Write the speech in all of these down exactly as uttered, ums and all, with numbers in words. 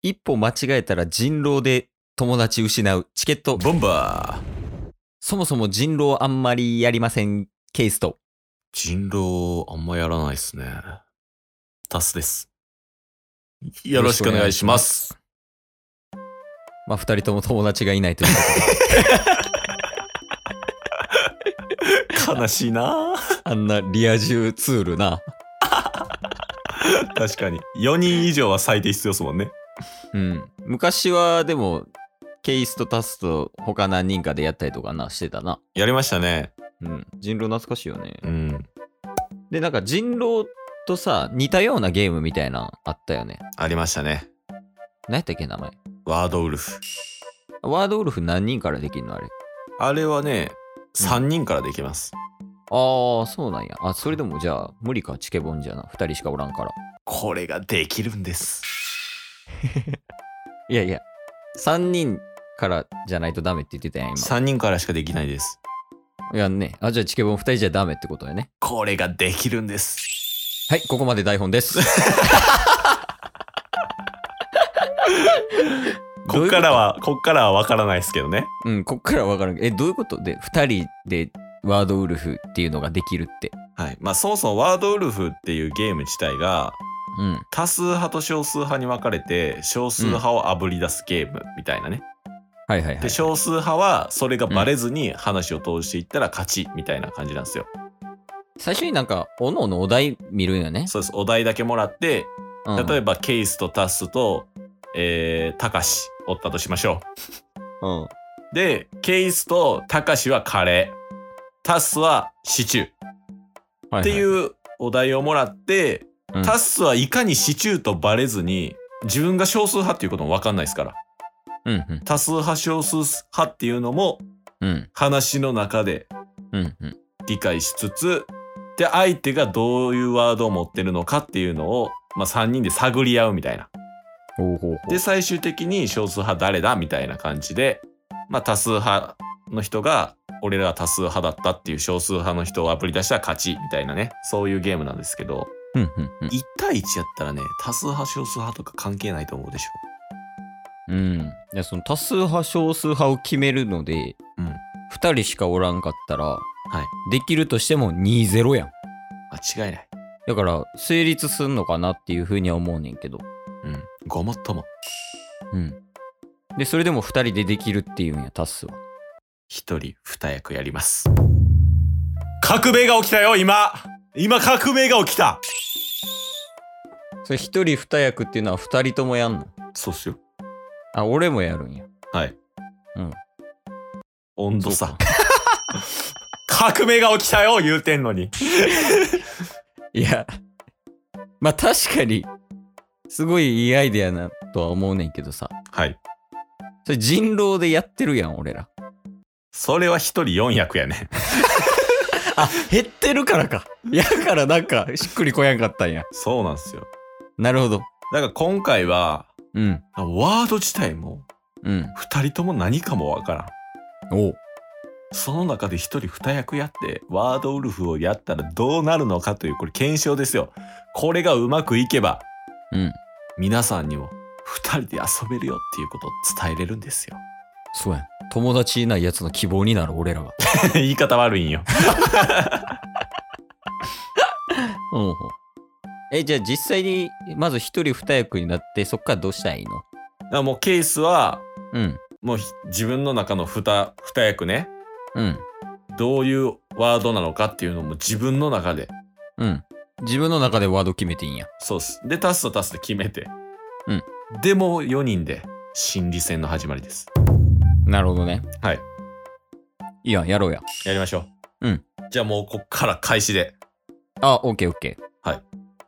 一歩間違えたら人狼で友達失うチケットボンバー。 そもそも人狼あんまりやりませんケースと人狼あんまやらないっすね。タスです。よろしくお願いします。 まあ二人とも友達がいないということ悲しいな。 あんなリア充ツールな。 確かによにん以上は最低必要ですもんね。 うん。昔はでもケイスとタスと他何人かでやったりとかなしてたな。 やりましたね。 うん。人狼懐かしいよね。 うん。 でなんか人狼とさ似たようなゲームみたいなあったよね。 ありましたね。 何やったっけ名前。 ワードウルフ。 ワードウルフ何人からできるのあれ。 あれはねさんにんからできます。 うん、ああそうなんや。あそれでもじゃあ無理かチケボンじゃなふたりしかおらんから。 これができるんです。 いやいやさんにんからじゃないとダメって言ってたやん今。 さんにんからしかできないです。 いやね。あじゃあチケボンふたりじゃダメってことやね。 これができるんです。 はいここまで台本です。 こっからはこっからは分からないですけどね。 うんこっからは分からん。えどういうことでふたりでワードウルフっていうのができるって。 はいまあそもそもワードウルフっていうゲーム自体が、うん、多数派と少数派に分かれて少数派をあぶり出すゲームみたいなね。 はいはいはい。 で少数派はそれがバレずに話を通していったら勝ちみたいな感じなんですよ。 最初になんかおのおのお題見るんよね。 そうです。お題だけもらって、うん、例えばケイスとタスとえー、タカシおったとしましょう。うん。で、ケイスとタカシはカレー、タスはシチュー、はいはい、っていうお題をもらって、うん、タスはいかにシチューとバレずに自分が少数派っていうことも分かんないですから、うんうん、多数派少数派っていうのも、うん、話の中で理解しつつ、で相手がどういうワードを持ってるのかっていうのを、まあ、さんにんで探り合うみたいな。ほうほうほう。で最終的に少数派誰だみたいな感じで、まあ多数派の人が俺らは多数派だったっていう少数派の人をあぶり出したら勝ちみたいなね、そういうゲームなんですけど、うんうんうん、いち対いちやったらね多数派少数派とか関係ないと思うでしょ。 うん。いやその多数派少数派を決めるので、うん、ふたりしかおらんかったら、はい、できるとしてもにたいゼロやん。 間違いない。 だから成立すんのかなっていうふうには思うねんけど。 うん、ごもっとも。 うん。で、それでもふたりでできるっていうんや、タスは。 ひとりに役やります。革命が起きたよ、今今革命が起きた。 それひとりに役っていうのはふたりともやんの？ そうっすよ。 あ、俺もやるんや。 はい。うん。温度差。革命が起きたよ、言うてんのに。 いや、まあ確かに、すごいいいアイデアなとは思うねんけどさ。はい。それ人狼でやってるやん、俺ら。 それはひとりよん役やね。 あ、減ってるからか。やからなんかしっくりこやんかったんや。 そうなんですよ。 なるほど。 だから今回は、うん、ワード自体も、うん、ふたりとも何かもわからん。おう。その中でひとりに役やってワードウルフをやったらどうなるのかというこれ検証ですよ。これがうまくいけば、うん、皆さんにもふたりで遊べるよっていうことを伝えれるんですよ。 そうやん。友達いないやつの希望になる俺らが。 言い方悪いんよ。 うん、えじゃあ実際にまずひとりに役になってそっからどうしたらいいの？ だからもうケースは、うん、もう自分の中のに役ね、うん、どういうワードなのかっていうのも自分の中で、 うん、自分の中でワード決めていいんや。 そうっす。でタスとタスで決めて、うん、でもよにんで心理戦の始まりです。 なるほどね。 はい。 いいややろうや。 やりましょう。うん。じゃあもうこっから開始で。 あ、オッケーオッケー。はい。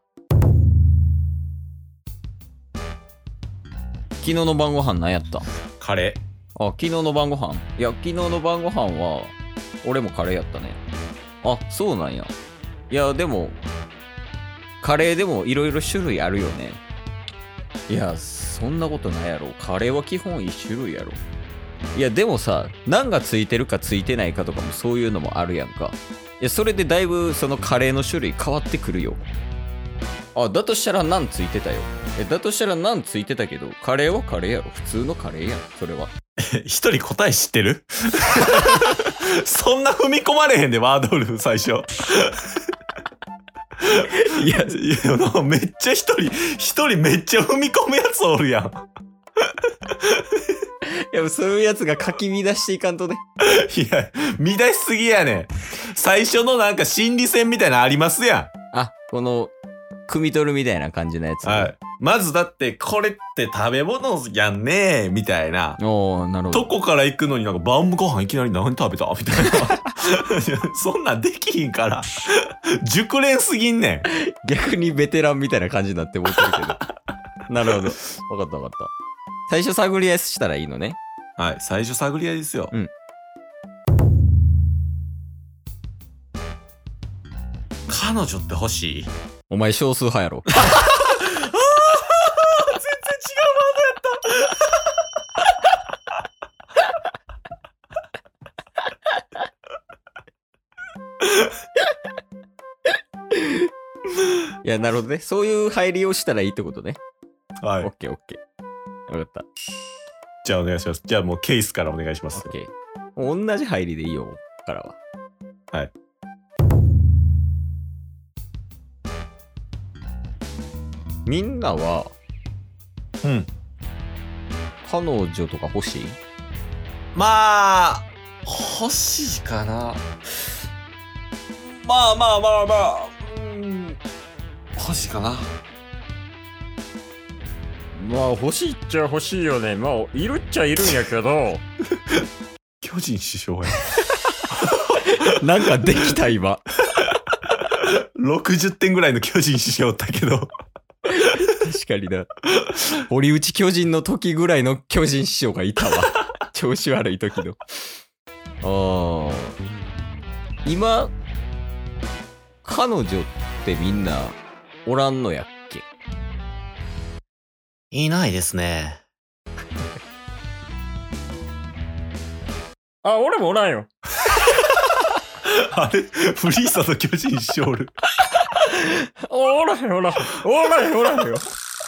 昨日の晩ご飯何やった？ カレー。あ、昨日の晩ご飯。いや、昨日の晩ご飯は俺もカレーやったね。あ、そうなんや。いや、でもカレーでもいろいろ種類あるよね。いや、そんなことないやろ。カレーは基本一種類やろ。いや、でもさ、何がついてるかついてないかとかもそういうのもあるやんか。いや、それでだいぶそのカレーの種類変わってくるよ。 あ、だとしたらナンついてたよ。え、だとしたらナンついてたけど、カレーはカレーやろ。普通のカレーやん、それは。 一人答え知ってるそんな踏み込まれへんで、ワードウルフ最初。いや、いや、めっちゃ一人、一人めっちゃ踏み込むやつおるやん。 いや、そういうやつがかき乱していかんとね。 いや、乱しすぎやねん。最初のなんか心理戦みたいなのありますやん。あ、この、汲み取るみたいな感じのやつ。 はい。まずだって、これって食べ物やんねみたいな。 おー、なるほど。 とこから行くのになんか晩ご飯いきなり何食べたみたいな。そんなんできひんから。熟練すぎんねん。 逆にベテランみたいな感じになって思ってるけど。なるほど。わかったわかった。最初探り合いしたらいいのね。 はい。最初探り合いですよ。 うん。 彼女って欲しい？ お前少数派やろ。 ああ全然違うワードやった。いや、なるほどね。そういう入りをしたらいいってことね。 はい。 オッケーオッケー。わかった。 じゃあお願いします。じゃあもうケースからお願いします。 オッケー。もう同じ入りでいいよ、からは。 はい。 みんなは、 うん。 彼女とか欲しい？ まあ、欲しいかな。まあまあまあまあ、うん、欲しいかな。 まあ欲しいっちゃ欲しいよね。まあいるっちゃいるんやけど。 巨人師匠や。 なんかできた今。 ろくじゅってんぐらいの巨人師匠おったけど。 確かにな。堀内巨人の時ぐらいの巨人師匠がいたわ。調子悪い時の。ああ。今、彼女ってみんなおらんのやっけ？ いないですね。 あ、俺もおらんよ。 あれフリーザと巨人師匠おる。 おらへんおらへん。おらへんおらへんよ。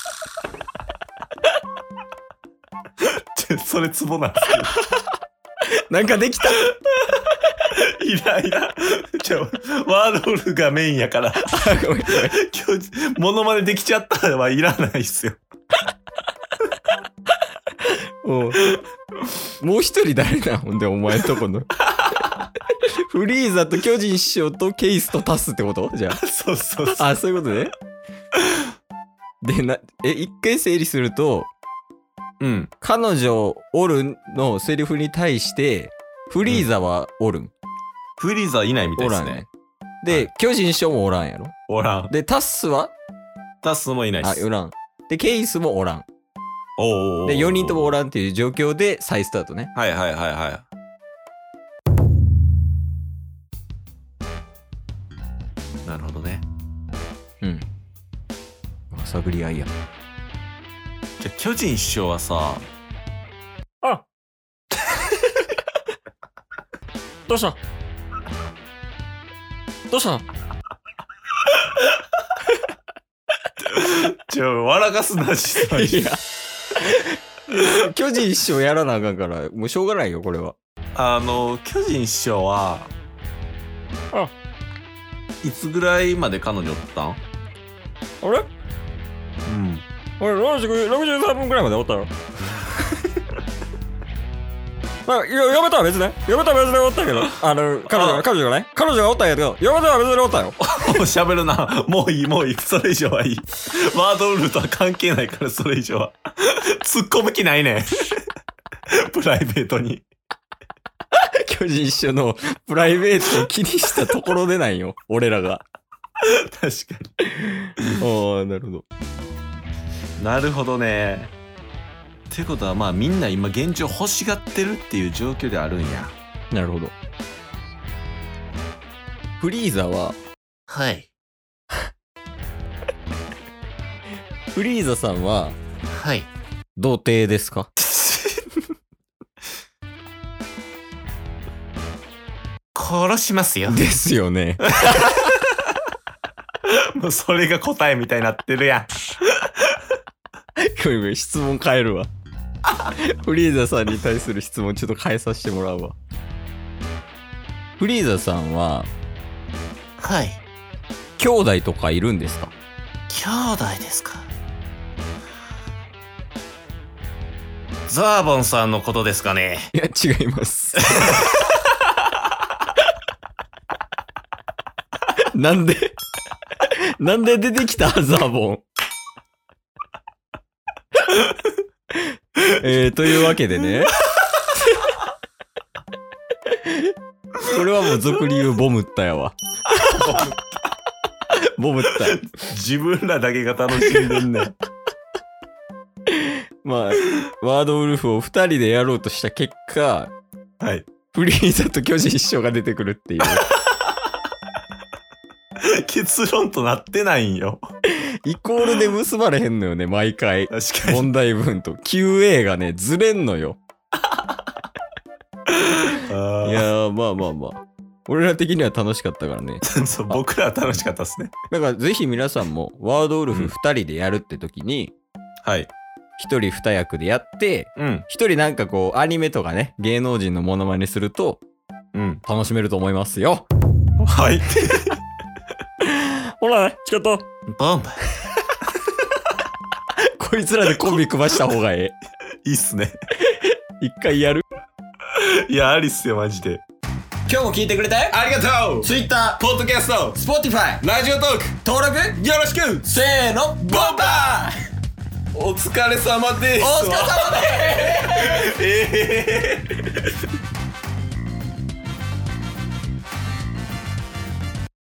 それツボなんですけど。 なんかできた。 いらいら。じゃあ、ワードウルフがメインやから。 ごめんごめん。 モノマネできちゃったらはいらないっすよ。 おうもう一人誰なほんでお前んとこの。フリーザと巨人師匠とケイスとタスってことじゃあ。 そうそうそう。 あ、そういうことね。でな、え、一回整理すると、 うん。 彼女おるのセリフに対して、フリーザはおるん。 フリーザいないみたいですね。 おらんね。で、はい、巨人師匠もおらんやろ。 おらん。 で、タスはタスもいないっす。 あ、おらん。で、ケイスもおらん。 おーおーおー。 で、よにんともおらんっていう状況で再スタートね。 はいはいはいはい。なるほどね。 うん。探り合いや。 じゃあ巨人師匠はさ、 あどうしたどうしたちょ、笑かすなし。 いや巨人師匠やらなあかんからもうしょうがないよこれは。 あの巨人師匠はあいつぐらいまで彼女おったん？ あれうん俺ろくじゅうさんぷんくらいまでおったよ。まあ、やめたは別ね。やめたは別でおったけど。あの、彼女が、彼女がね。彼女がおったんやけど、やめたは別でおったよ。 喋るな。もういい、もういい。それ以上はいい。ワードウルフとは関係ないから、それ以上は。突っ込む気ないねん。プライベートに。 巨人師匠のプライベートを気にしたところでないよ。俺らが。 確かに。ああ、なるほど。 なるほどね。ってことはまあみんな今現状欲しがってるっていう状況であるんや。 なるほど。フリーザははいフリーザさんははい童貞ですか？ 殺しますよ。 ですよね。 もうそれが答えみたいになってるやん。 ごめんごめん、質問変えるわ。フリーザさんに対する質問ちょっと変えさせてもらうわ。フリーザさんははい。 兄弟とかいるんですか？ 兄弟ですか。ザーボンさんのことですかね。 いや違いますなんでなんで出てきたザーボンえー、というわけでねこれはもう俗に言うボムったやわボムった自分らだけが楽しんでんねん。 まあワードウルフを二人でやろうとした結果、 はい、 フリーザと巨人師匠が出てくるっていう結論となってないんよ。 イコールで結ばれへんのよね、毎回。 確かに。 問題文と キューエー がねずれんのよ。いやーまあまあまあ俺ら的には楽しかったからね。 そう、僕らは楽しかったっすね。 だからぜひ皆さんもワードウルフふたりでやるって時に、 うん、はい、 ひとりに役でやって、うん、ひとりなんかこうアニメとかね芸能人のモノマネすると、うん、楽しめると思いますよ。 はいほらねチケットボンこいつらでコンビ組ました方がええ。いいっすね。 一回やる。 いやありっすよマジで。 今日も聞いてくれてありがとう。 Twitter、ポッドキャスト、Spotify、ラジオトーク登録よろしく。せーのボンバー。 お疲れ様です。 お疲れ様です。 ええー